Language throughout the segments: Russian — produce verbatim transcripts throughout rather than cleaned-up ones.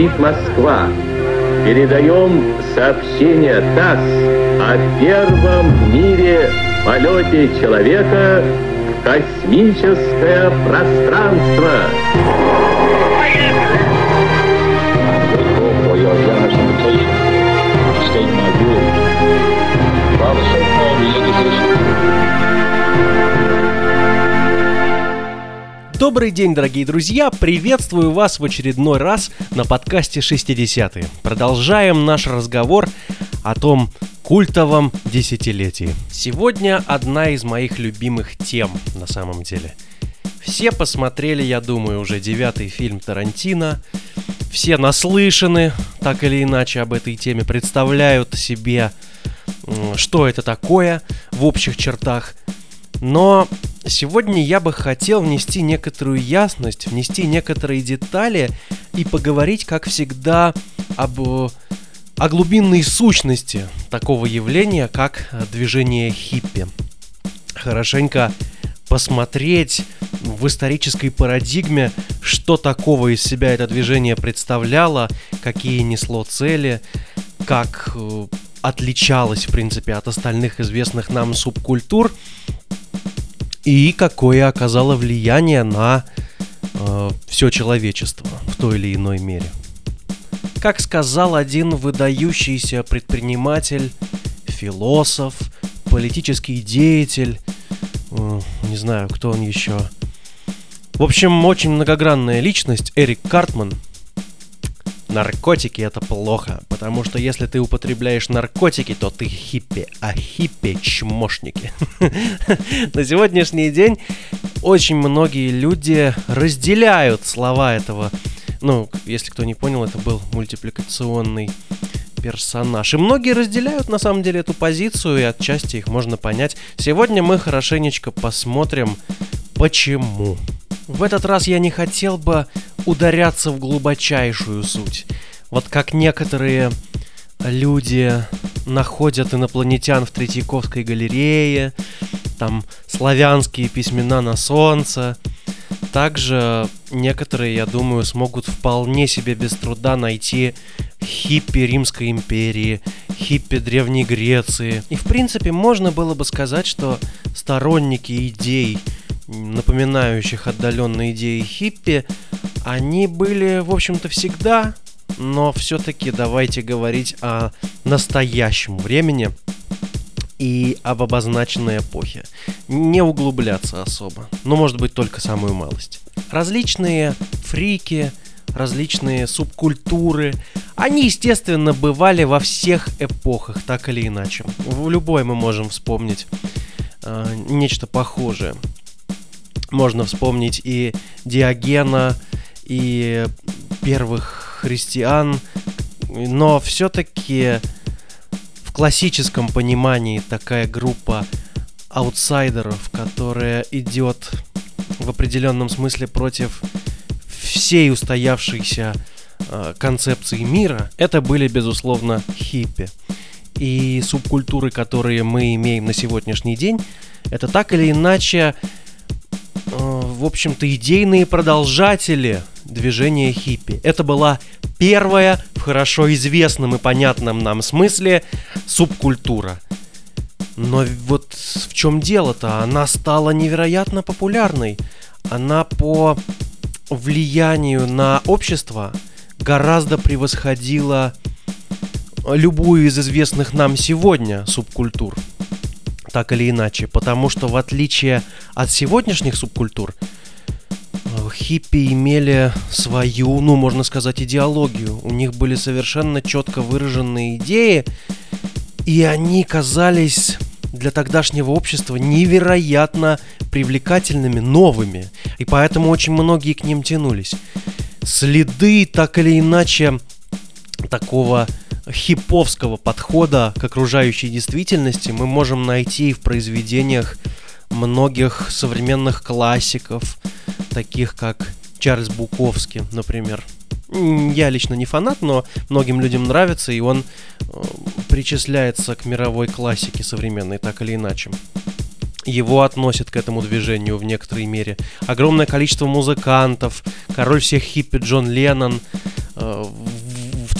говорит Москва. Передаем сообщение ТАСС о первом в мире полете человека в космическое пространство. Добрый день, дорогие друзья! Приветствую вас в очередной раз на подкасте шестидесятые. Продолжаем наш разговор о том культовом десятилетии. Сегодня одна из моих любимых тем, на самом деле. Все посмотрели, я думаю, уже девятый фильм Тарантино. Все наслышаны, так или иначе, об этой теме, представляют себе, что это такое в общих чертах. Но сегодня я бы хотел внести некоторую ясность, внести некоторые детали и поговорить, как всегда, об, о глубинной сущности такого явления, как движение хиппи. Хорошенько посмотреть в исторической парадигме, что такого из себя это движение представляло, какие несло цели, как отличалось, в принципе, от остальных известных нам субкультур, и какое оказало влияние на э, все человечество в той или иной мере. Как сказал один выдающийся предприниматель, философ, политический деятель, э, не знаю, кто он еще. В общем, очень многогранная личность, Эрик Картман. Наркотики — это плохо, потому что если ты употребляешь наркотики, то ты хиппи, а хиппи — чмошники. На сегодняшний день очень многие люди разделяют слова этого. Ну, если кто не понял, это был мультипликационный персонаж. И многие разделяют, на самом деле, эту позицию, и отчасти их можно понять. Сегодня мы хорошенечко посмотрим, почему. В этот раз я не хотел бы ударяться в глубочайшую суть. Вот как некоторые люди находят инопланетян в Третьяковской галерее, там славянские письмена на солнце. Также некоторые, я думаю, смогут вполне себе без труда найти хиппи Римской империи, хиппи Древней Греции. И в принципе можно было бы сказать, что сторонники идей, напоминающих отдаленные идеи хиппи, они были, в общем-то, всегда, но все-таки давайте говорить о настоящем времени и об обозначенной эпохе. Не углубляться особо, но, может быть, только самую малость. Различные фрики, различные субкультуры, они, естественно, бывали во всех эпохах, так или иначе. В любой мы можем вспомнить э, нечто похожее. Можно вспомнить и Диогена, и первых христиан, но все-таки в классическом понимании такая группа аутсайдеров, которая идет в определенном смысле против всей устоявшейся э, концепции мира, это были, безусловно, хиппи. И субкультуры, которые мы имеем на сегодняшний день, это так или иначе, в общем-то, идейные продолжатели движения хиппи. Это была первая, в хорошо известном и понятном нам смысле, субкультура. Но вот в чем дело-то? Она стала невероятно популярной. Она по влиянию на общество гораздо превосходила любую из известных нам сегодня субкультур. Так или иначе, потому что в отличие от сегодняшних субкультур, хиппи имели свою, ну, можно сказать, идеологию. У них были совершенно четко выраженные идеи, и они казались для тогдашнего общества невероятно привлекательными, новыми, и поэтому очень многие к ним тянулись. Следы, так или иначе, такого хипповского подхода к окружающей действительности мы можем найти в произведениях многих современных классиков, таких как Чарльз Буковский, например. Я лично не фанат, но многим людям нравится, и он э, причисляется к мировой классике современной, так или иначе. Его относят к этому движению в некоторой мере. Огромное количество музыкантов, король всех хиппи Джон Леннон. Э,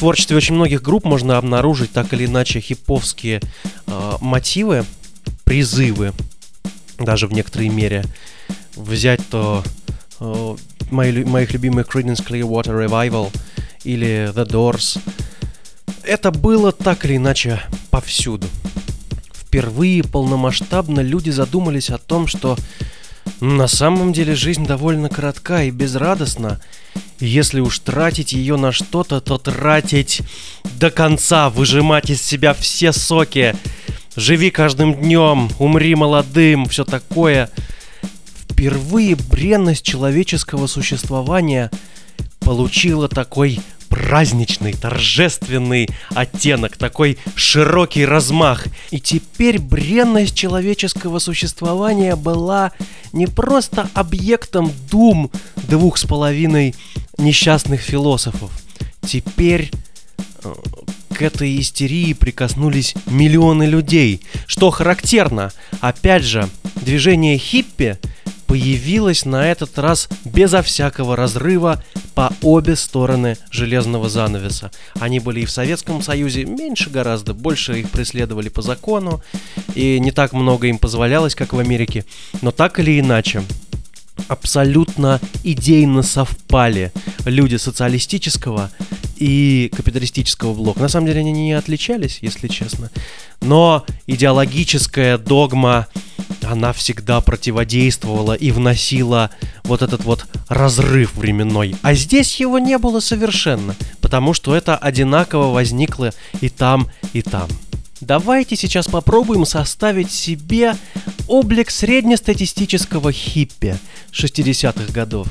творчестве очень многих групп можно обнаружить так или иначе хиповские э, мотивы, призывы, даже в некоторой мере. Взять то э, мои, моих любимых Creedence Clearwater Revival или The Doors. Это было так или иначе повсюду. Впервые полномасштабно люди задумались о том, что на самом деле жизнь довольно коротка и безрадостна. И если уж тратить ее на что-то, то тратить до конца, выжимать из себя все соки. Живи каждым днем, умри молодым, все такое. Впервые бренность человеческого существования получила такой праздничный, торжественный оттенок, такой широкий размах. И теперь бренность человеческого существования была не просто объектом дум двух с половиной несчастных философов. Теперь э, к этой истерии прикоснулись миллионы людей. Что характерно, опять же, движение хиппи появилось на этот раз безо всякого разрыва по обе стороны железного занавеса. Они были и в Советском Союзе, меньше гораздо, больше их преследовали по закону, и не так много им позволялось, как в Америке. Но так или иначе, абсолютно идейно совпали люди социалистического и капиталистического блока. На самом деле они не отличались, если честно. Но идеологическая догма, она всегда противодействовала и вносила вот этот вот разрыв временной. А здесь его не было совершенно, потому что это одинаково возникло и там, и там. Давайте сейчас попробуем составить себе облик среднестатистического хиппи шестидесятых годов.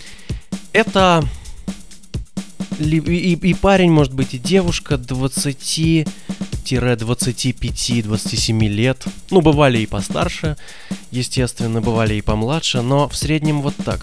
Это и, и, и парень, может быть, и девушка двадцати двадцати пяти двадцати семи лет. Ну, бывали и постарше, естественно, бывали и помладше, но в среднем вот так.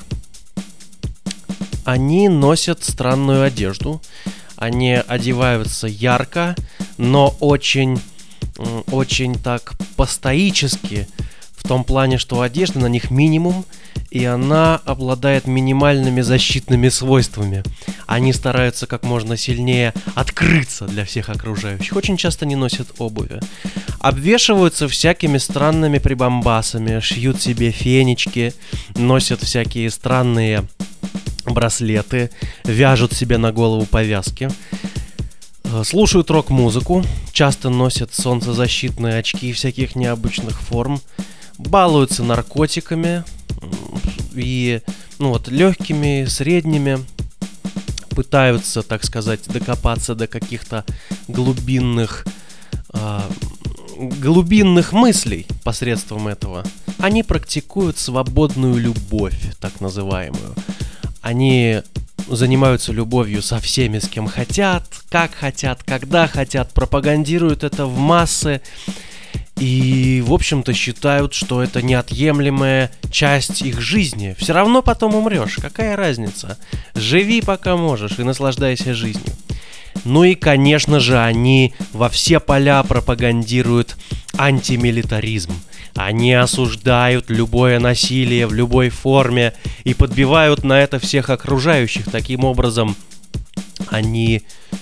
Они носят странную одежду, они одеваются ярко, но очень, очень так по-стоически, в том плане, что одежда на них минимум, и она обладает минимальными защитными свойствами. Они стараются как можно сильнее открыться для всех окружающих. Очень часто не носят обуви. Обвешиваются всякими странными прибамбасами, шьют себе фенечки, носят всякие странные браслеты, вяжут себе на голову повязки, слушают рок-музыку, часто носят солнцезащитные очки всяких необычных форм, балуются наркотиками и, ну вот, легкими, средними, пытаются, так сказать, докопаться до каких-то глубинных, э, глубинных мыслей посредством этого. Они практикуют свободную любовь, так называемую. Они занимаются любовью со всеми, с кем хотят, как хотят, когда хотят, пропагандируют это в массы. И, в общем-то, считают, что это неотъемлемая часть их жизни. Все равно потом умрешь, какая разница? Живи пока можешь и наслаждайся жизнью. Ну и, конечно же, они во все поля пропагандируют антимилитаризм. Они осуждают любое насилие в любой форме и подбивают на это всех окружающих. Таким образом, они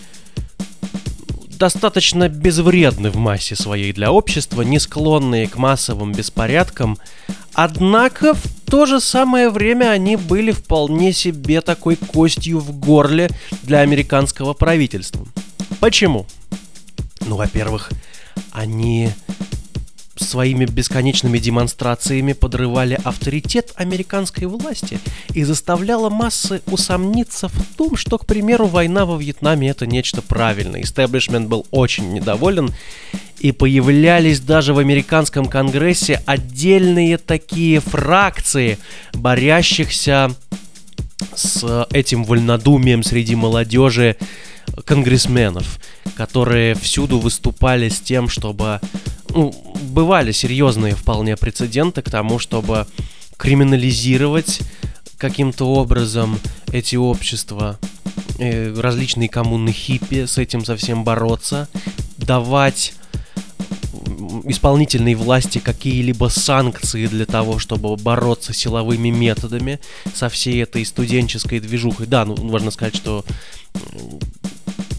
достаточно безвредны в массе своей для общества, не склонные к массовым беспорядкам. Однако в то же самое время они были вполне себе такой костью в горле для американского правительства. Почему? Ну, во-первых, они своими бесконечными демонстрациями подрывали авторитет американской власти и заставляла массы усомниться в том, что, к примеру, война во Вьетнаме — это нечто правильное. Истеблишмент был очень недоволен, и появлялись даже в американском конгрессе отдельные такие фракции, борящихся с этим вольнодумием среди молодежи конгрессменов, которые всюду выступали с тем, чтобы... Ну, бывали серьезные вполне прецеденты к тому, чтобы криминализировать каким-то образом эти общества, э, различные коммуны хиппи, с этим совсем бороться, давать исполнительной власти какие-либо санкции для того, чтобы бороться силовыми методами со всей этой студенческой движухой. Да, ну, можно сказать, что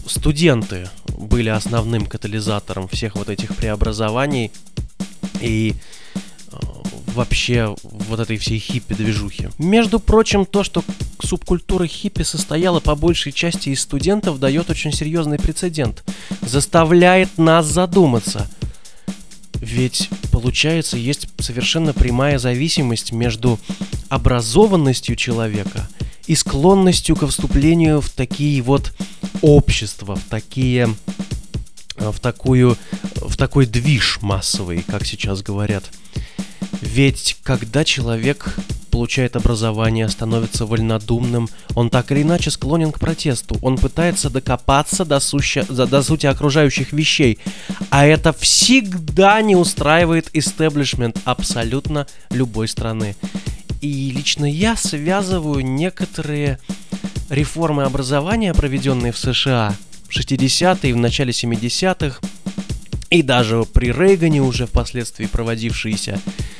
студенты были основным катализатором всех вот этих преобразований и вообще вот этой всей хиппи-движухи. Между прочим, то, что субкультура хиппи состояла по большей части из студентов, дает очень серьезный прецедент. Заставляет нас задуматься. Ведь, получается, есть совершенно прямая зависимость между образованностью человека и склонностью ко вступлению в такие вот общества, в такие, в такую, в такой движ массовый, как сейчас говорят. Ведь когда человек получает образование, становится вольнодумным, он так или иначе склонен к протесту. Он пытается докопаться до, суща, до сути окружающих вещей. А это всегда не устраивает истеблишмент абсолютно любой страны. И лично я связываю некоторые реформы образования, проведенные в США в шестидесятые и в начале семидесятых, и даже при Рейгане уже впоследствии проводившиеся,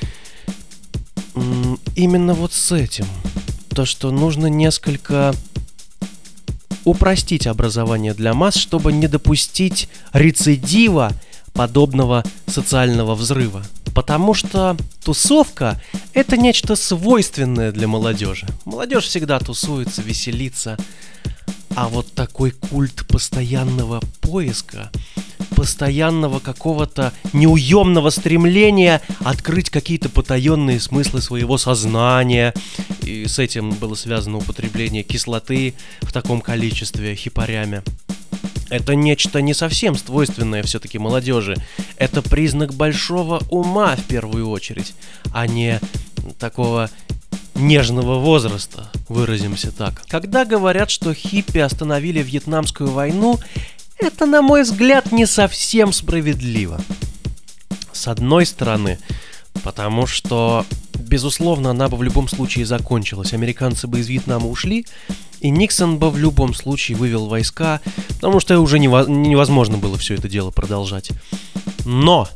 именно вот с этим. То, что нужно несколько упростить образование для масс, чтобы не допустить рецидива подобного социального взрыва. Потому что тусовка – это нечто свойственное для молодежи. Молодежь всегда тусуется, веселится. А вот такой культ постоянного поиска, постоянного какого-то неуемного стремления открыть какие-то потаенные смыслы своего сознания. И с этим было связано употребление кислоты в таком количестве хипарями. Это нечто не совсем свойственное все-таки молодежи. Это признак большого ума в первую очередь, а не такого нежного возраста, выразимся так. Когда говорят, что хиппи остановили Вьетнамскую войну, это, на мой взгляд, не совсем справедливо. С одной стороны, потому что, безусловно, она бы в любом случае закончилась. Американцы бы из Вьетнама ушли, и Никсон бы в любом случае вывел войска, потому что уже невозможно было все это дело продолжать. Но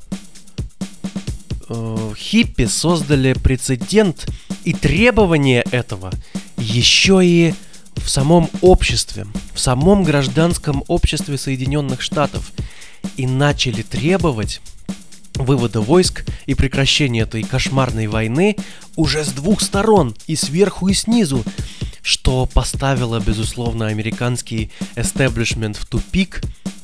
э, хиппи создали прецедент и требования этого еще и в самом обществе, в самом гражданском обществе Соединенных Штатов, и начали требовать вывода войск и прекращения этой кошмарной войны уже с двух сторон, и сверху, и снизу, что поставило, безусловно, американский эстеблишмент в тупик,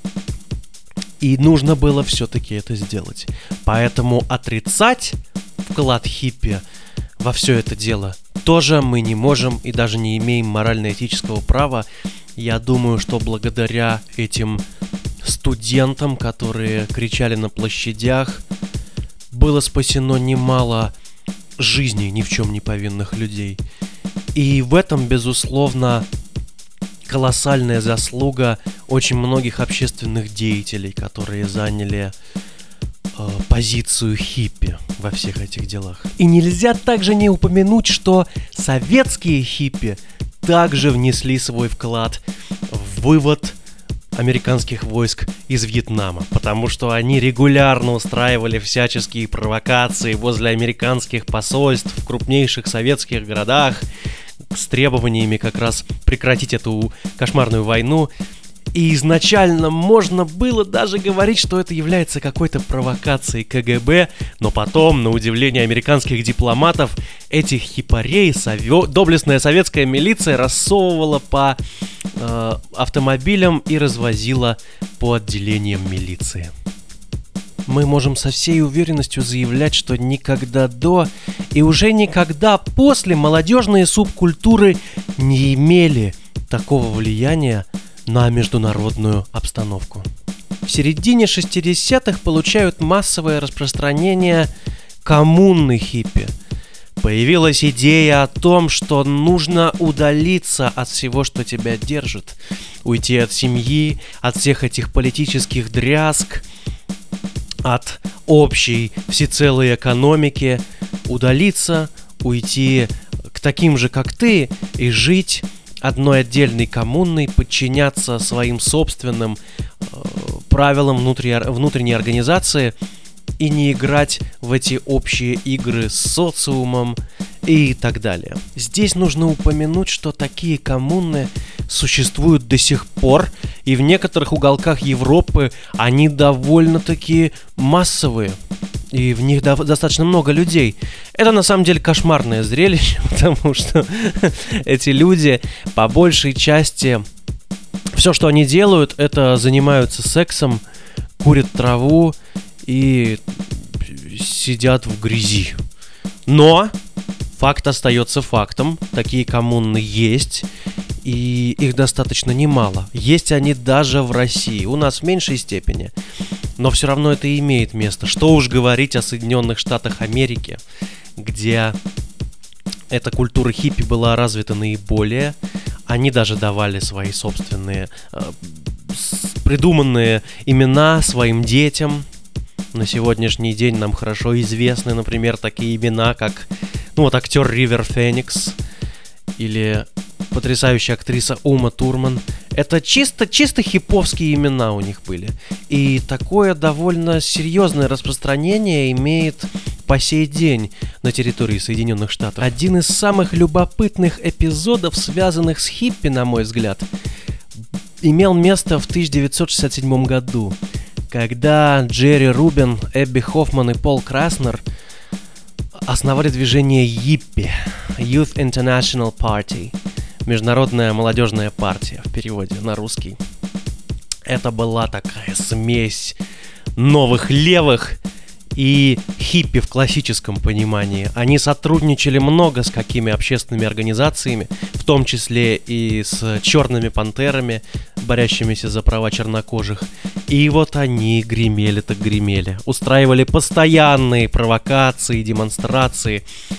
и нужно было все-таки это сделать. Поэтому отрицать вклад хиппи во все это дело тоже мы не можем и даже не имеем морально-этического права. Я думаю, что благодаря этим студентам, которые кричали на площадях, было спасено немало жизней ни в чем не повинных людей. И в этом, безусловно, колоссальная заслуга очень многих общественных деятелей, которые заняли э, позицию хиппи во всех этих делах. И нельзя также не упомянуть, что советские хиппи также внесли свой вклад в вывод американских войск из Вьетнама, потому что они регулярно устраивали всяческие провокации возле американских посольств в крупнейших советских городах с требованиями как раз прекратить эту кошмарную войну. И изначально можно было даже говорить, что это является какой-то провокацией ка гэ бэ, но потом, на удивление американских дипломатов, этих хипарей совё... доблестная советская милиция рассовывала по э, автомобилям и развозила по отделениям милиции. Мы можем со всей уверенностью заявлять, что никогда до и уже никогда после молодежные субкультуры не имели такого влияния на международную обстановку. В середине шестидесятых получают массовое распространение коммуны хиппи. Появилась идея о том, что нужно удалиться от всего, что тебя держит, уйти от семьи, от всех этих политических дрязг, от общей всецелой экономики, удалиться, уйти к таким же, как ты, и жить одной отдельной коммунной, подчиняться своим собственным э, правилам внутри, внутренней организации и не играть в эти общие игры с социумом и так далее. Здесь нужно упомянуть, что такие коммуны существуют до сих пор И в некоторых уголках Европы они довольно-таки массовые. И в них до- достаточно много людей. Это на самом деле кошмарное зрелище, потому что эти люди по большей части... Все, что они делают, это занимаются сексом, курят траву и сидят в грязи. Но факт остается фактом. Такие коммуны есть, и их достаточно немало. Есть они даже в России. У нас в меньшей степени. Но все равно это имеет место. Что уж говорить о Соединенных Штатах Америки, где эта культура хиппи была развита наиболее. Они даже давали свои собственные э, придуманные имена своим детям. На сегодняшний день нам хорошо известны, например, такие имена, как ну вот актер Ривер Феникс или потрясающая актриса Ума Турман. Это чисто, чисто хиповские имена у них были. И такое довольно серьезное распространение имеет по сей день на территории Соединенных Штатов. Один из самых любопытных эпизодов, связанных с хиппи, на мой взгляд, имел место в тысяча девятьсот шестьдесят седьмом году, когда Джерри Рубин, Эбби Хоффман и Пол Краснер основали движение Йиппи, Youth International Party, Международная молодежная партия в переводе на русский. Это была такая смесь новых левых и хиппи в классическом понимании. Они сотрудничали много с какими общественными организациями, в том числе и с черными пантерами, борящимися за права чернокожих. И вот они гремели так гремели. Устраивали постоянные провокации, демонстрации.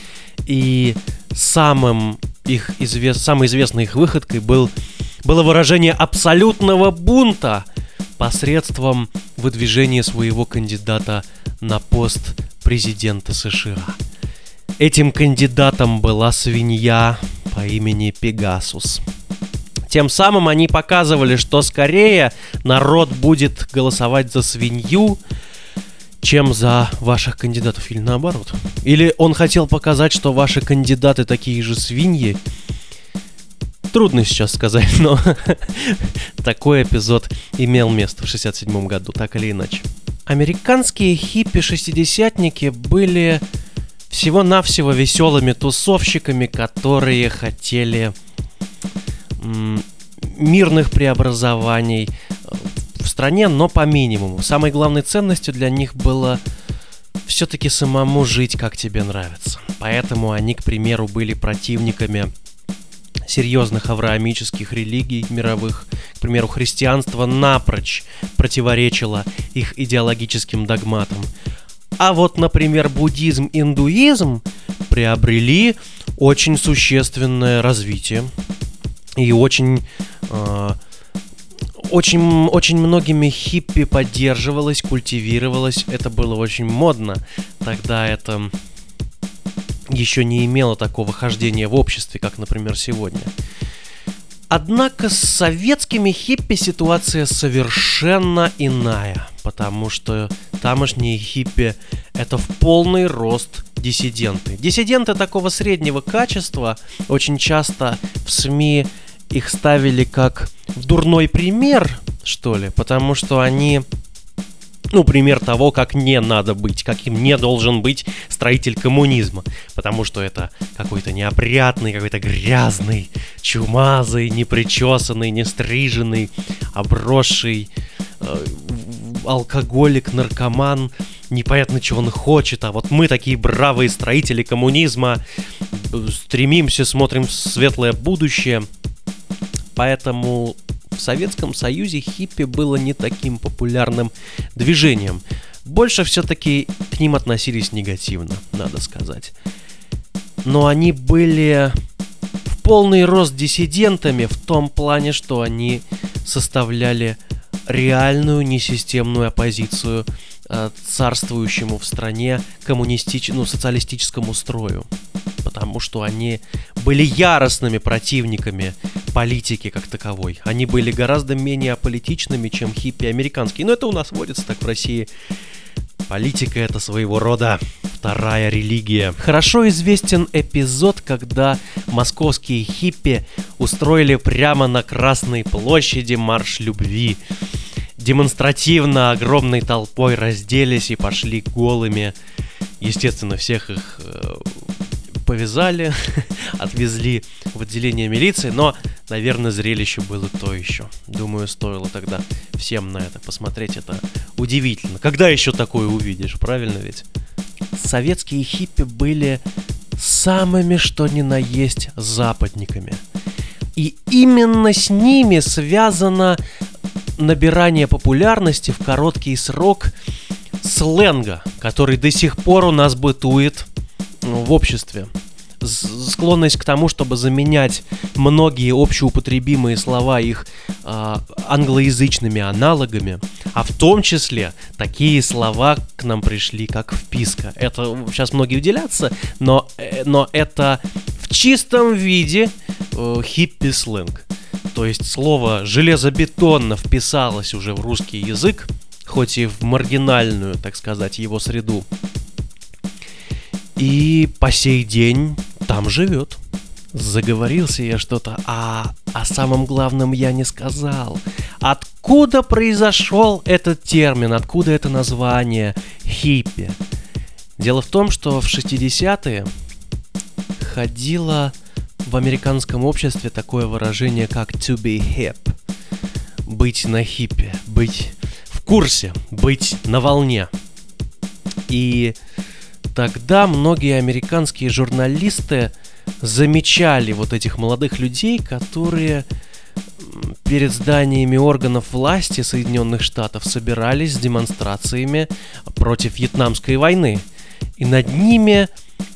И самым их извест... самой известной их выходкой был... было выражение абсолютного бунта посредством выдвижения своего кандидата на пост президента США. Этим кандидатом была свинья по имени Пегасус. Тем самым они показывали, что скорее народ будет голосовать за свинью, чем за ваших кандидатов, или наоборот. Или он хотел показать, что ваши кандидаты такие же свиньи. Трудно сейчас сказать, но такой эпизод имел место в шестьдесят седьмом году, так или иначе. Американские хиппи-шестидесятники были всего-навсего веселыми тусовщиками, которые хотели м- мирных преобразований в стране, но по минимуму. Самой главной ценностью для них было все-таки самому жить, как тебе нравится. Поэтому они, к примеру, были противниками серьезных авраамических религий мировых. К примеру, христианство напрочь противоречило их идеологическим догматам. А вот, например, буддизм, индуизм приобрели очень существенное развитие. И очень, э, очень, очень многими хиппи поддерживалось, культивировалось. Это было очень модно. Тогда это еще не имело такого хождения в обществе, как, например, сегодня. Однако с советскими хиппи ситуация совершенно иная, потому что тамошние хиппи — это в полный рост диссиденты. Диссиденты такого среднего качества, очень часто в СМИ их ставили как дурной пример, что ли, потому что они... Ну, пример того, как не надо быть, каким не должен быть строитель коммунизма. Потому что это какой-то неопрятный, какой-то грязный, чумазый, непричесанный, нестриженный, обросший э, алкоголик, наркоман. Непонятно, чего он хочет. А вот мы, такие бравые строители коммунизма, стремимся, смотрим в светлое будущее. Поэтому... В Советском Союзе хиппи было не таким популярным движением. Больше все-таки к ним относились негативно, надо сказать. Но они были в полный рост диссидентами в том плане, что они составляли реальную несистемную оппозицию э, царствующему в стране коммунистическому, ну, социалистическому строю. Потому что они были яростными противниками политики как таковой. Они были гораздо менее аполитичными, чем хиппи американские. Но это у нас водится так в России. Политика — это своего рода вторая религия. Хорошо известен эпизод, когда московские хиппи устроили прямо на Красной площади марш любви. Демонстративно огромной толпой разделись и пошли голыми. Естественно, всех их э, повязали, отвезли в отделение милиции, но, наверное, зрелище было то еще. Думаю, стоило тогда всем на это посмотреть, это удивительно. Когда еще такое увидишь, правильно ведь? Советские хиппи были самыми что ни на есть западниками. И именно с ними связано набирание популярности в короткий срок сленга, который до сих пор у нас бытует в обществе. Склонность к тому, чтобы заменять многие общеупотребимые слова их э, англоязычными аналогами, а в том числе такие слова к нам пришли, как вписка. Это сейчас многие удивятся, но, но это в чистом виде э, хиппи-сленг. То есть слово железобетонно вписалось уже в русский язык, хоть и в маргинальную, так сказать, его среду. И по сей день там живет. Заговорился я что-то, а о самом главном я не сказал. Откуда произошел этот термин, откуда это название хиппи? Дело в том, что в шестидесятые ходило в американском обществе такое выражение, как to be hip. Быть на хиппе, быть в курсе, быть на волне. И тогда многие американские журналисты замечали вот этих молодых людей, которые перед зданиями органов власти Соединенных Штатов собирались с демонстрациями против Вьетнамской войны. И над ними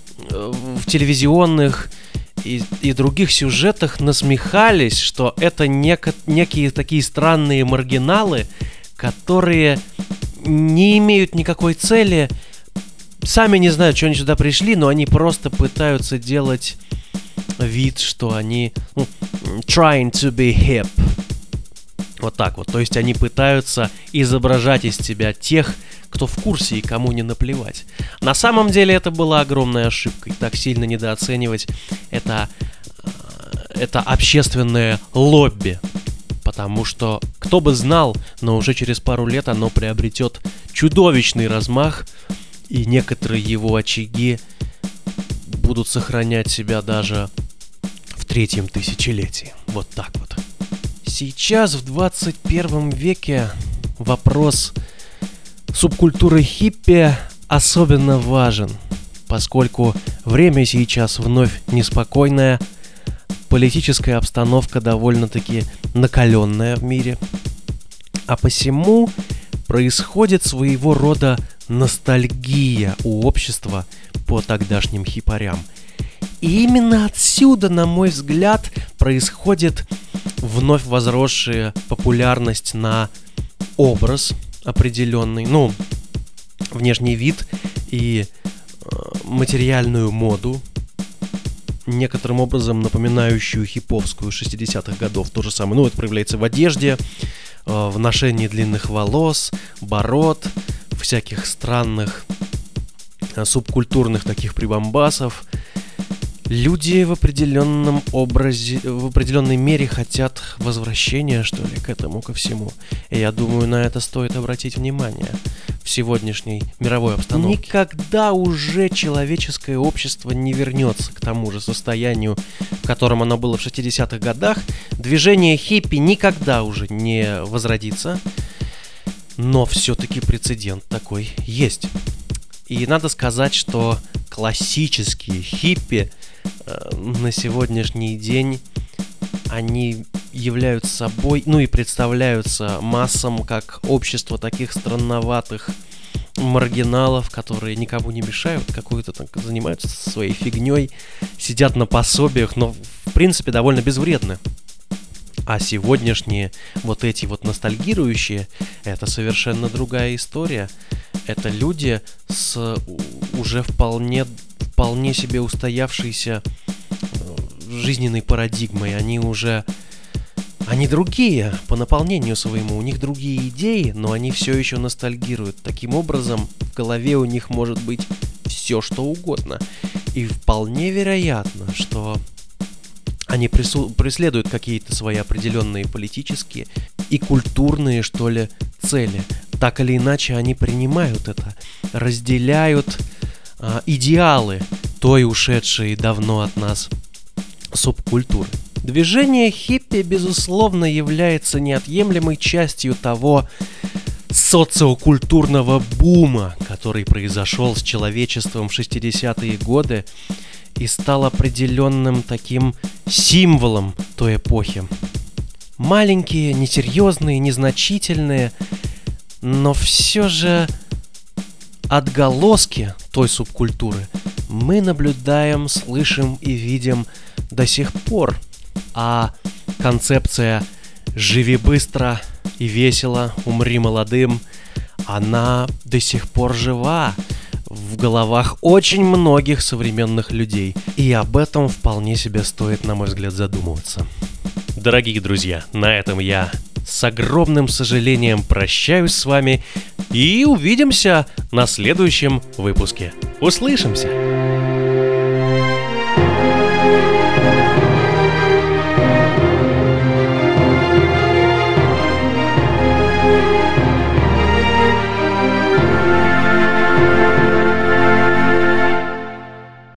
в телевизионных и, и других сюжетах насмехались, что это нек- некие такие странные маргиналы, которые не имеют никакой цели, сами не знают, что они сюда пришли, но они просто пытаются делать вид, что они ну, trying to be hip. Вот так вот. То есть они пытаются изображать из себя тех, кто в курсе и кому не наплевать. На самом деле это была огромной ошибкой. Так сильно недооценивать это, это общественное лобби. Потому что, кто бы знал, но уже через пару лет оно приобретет чудовищный размах, и некоторые его очаги будут сохранять себя даже в третьем тысячелетии. Вот так вот. Сейчас, в двадцать первом веке, вопрос субкультуры хиппи особенно важен, поскольку время сейчас вновь неспокойное, политическая обстановка довольно-таки накаленная в мире, а посему происходит своего рода ностальгия у общества по тогдашним хипарям. И именно отсюда, на мой взгляд, происходит вновь возросшая популярность на образ определенный, ну, внешний вид и э, материальную моду, некоторым образом напоминающую хиповскую шестидесятых годов. То же самое, ну, это проявляется в одежде, э, в ношении длинных волос, бород, всяких странных э, субкультурных таких прибамбасов. Люди в определенном образе, в определенной мере хотят возвращения, что ли, к этому, ко всему. И я думаю, на это стоит обратить внимание в сегодняшней мировой обстановке. Никогда уже человеческое общество не вернется к тому же состоянию, в котором оно было в шестидесятых годах. Движение хиппи никогда уже не возродится. Но все-таки прецедент такой есть. И надо сказать, что классические хиппи э, на сегодняшний день, они являются собой, ну и представляются массам как общество таких странноватых маргиналов, которые никому не мешают, какую-то там занимаются своей фигней, сидят на пособиях, но в принципе довольно безвредны. А сегодняшние вот эти вот ностальгирующие, это совершенно другая история. Это люди с уже вполне, вполне себе устоявшейся жизненной парадигмой. Они уже... Они другие по наполнению своему. У них другие идеи, но они все еще ностальгируют. Таким образом, в голове у них может быть все, что угодно. И вполне вероятно, что Они прису- преследуют какие-то свои определенные политические и культурные, что ли, цели. Так или иначе, они принимают это, разделяют а, идеалы той ушедшей давно от нас субкультуры. Движение хиппи, безусловно, является неотъемлемой частью того социокультурного бума, который произошел с человечеством в шестидесятые годы и стал определенным таким символом той эпохи. Маленькие, несерьезные, незначительные, но все же отголоски той субкультуры мы наблюдаем, слышим и видим до сих пор. А концепция «живи быстро и весело, умри молодым», она до сих пор жива в головах очень многих современных людей. И об этом вполне себе стоит, на мой взгляд, задумываться. Дорогие друзья, на этом я с огромным сожалением прощаюсь с вами и увидимся на следующем выпуске. Услышимся!